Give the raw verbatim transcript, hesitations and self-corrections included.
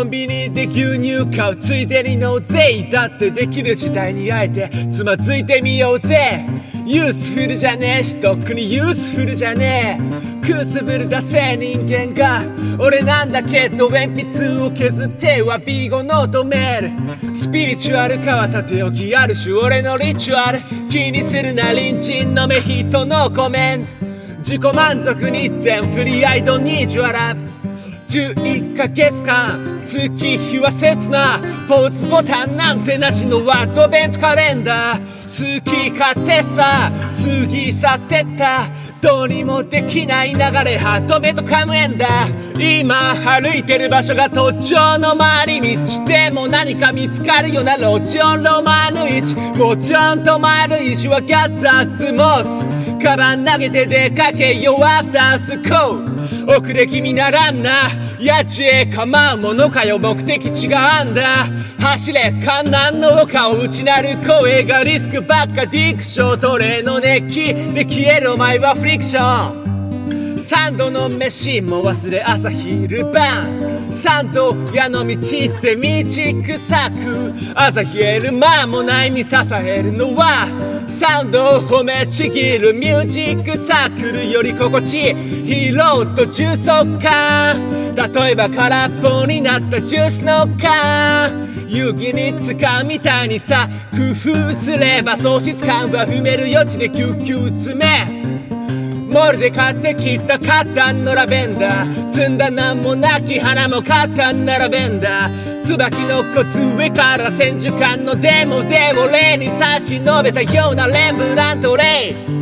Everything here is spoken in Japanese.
コンビニで牛乳買うついでに納税だってできる時代にあえてつまずいてみようぜ。ユースフルじゃねえしとっくにユースフルじゃねえ。くすぶるだせ人間が俺なんだけど鉛筆を削ってはビーゴ求める。スピリチュアルかはさておきある種俺のリチュアル。気にするな隣人の目人のコメント。自己満足に全振り I don't need your love。じゅういっかげつかん月日は切なポーズボタンなんてなしのアドベントカレンダー。好き勝手さ過ぎ去ってったどうにもできない流れハート目とカムエンダー。今歩いてる場所が途上の回り道でも何か見つかるような路上ロマン一もちろん止まる石はギャッザーズモスカバン投げて出かけようアフタースコー遅れ気味ならんなやちへ構うものかよ目的地があんだ走れ観覧の丘を打ち鳴る声がリスクばっかディクション奴隷の熱気で消えるお前はフリクション。三度の飯も忘れ朝昼晩三度矢の道って道草く朝冷える間もない見支えるのはサウンドを褒めちぎるミュージックサークルより心地いいヒーローと重層感。例えば空っぽになったジュースの缶遊戯に使うみたいにさ工夫すれば喪失感は踏める余地で救急詰めモールで買ってきたカタンのラベンダー摘んだなんもなき花もカタンなラベンダー椿のコツ上から千手観のデモで俺に差し伸べたようなレンブラントレイ